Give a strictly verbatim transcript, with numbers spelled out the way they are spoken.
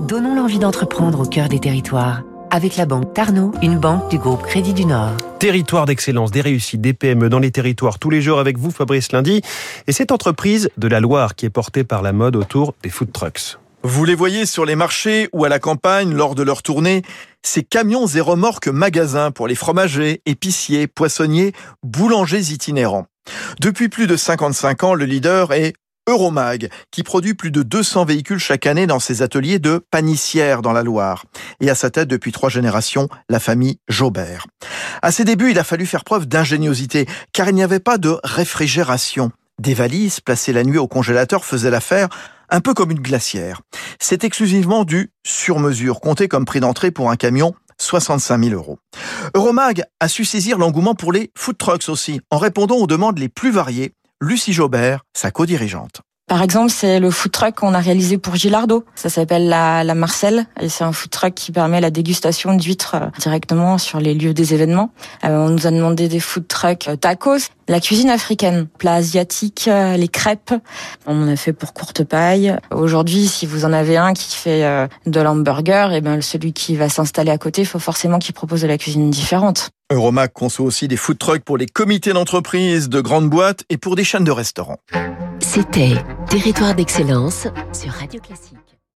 Donnons l'envie d'entreprendre au cœur des territoires. Avec la banque Tarno, une banque du groupe Crédit du Nord. Territoire d'excellence, des réussites, des P M E dans les territoires tous les jours avec vous, Fabrice Lundy. Et cette entreprise de la Loire qui est portée par la mode autour des food trucks. Vous les voyez sur les marchés ou à la campagne lors de leur tournée, ces camions et remorques magasins pour les fromagers, épiciers, poissonniers, boulangers itinérants. Depuis plus de cinquante-cinq ans, le leader est Euromag, qui produit plus de deux cents véhicules chaque année dans ses ateliers de Panissière dans la Loire. Et à sa tête, depuis trois générations, la famille Jaubert. À ses débuts, il a fallu faire preuve d'ingéniosité, car il n'y avait pas de réfrigération. Des valises placées la nuit au congélateur faisaient l'affaire, un peu comme une glacière. C'est exclusivement du sur-mesure, compté comme prix d'entrée pour un camion, soixante-cinq mille euros. Euromag a su saisir l'engouement pour les food trucks aussi, en répondant aux demandes les plus variées. Lucie Jaubert, sa co-dirigeante. Par exemple, c'est le food truck qu'on a réalisé pour Gilardo. Ça s'appelle la, la Marcelle et c'est un food truck qui permet la dégustation d'huîtres directement sur les lieux des événements. Euh, on nous a demandé des food trucks tacos, la cuisine africaine, plats asiatiques, les crêpes. On en a fait pour Courte Paille. Aujourd'hui, si vous en avez un qui fait euh, de l'hamburger, et ben celui qui va s'installer à côté, il faut forcément qu'il propose de la cuisine différente. Euromag conçoit aussi des food trucks pour les comités d'entreprise, de grandes boîtes et pour des chaînes de restaurants. C'était Territoire d'excellence sur Radio Classique.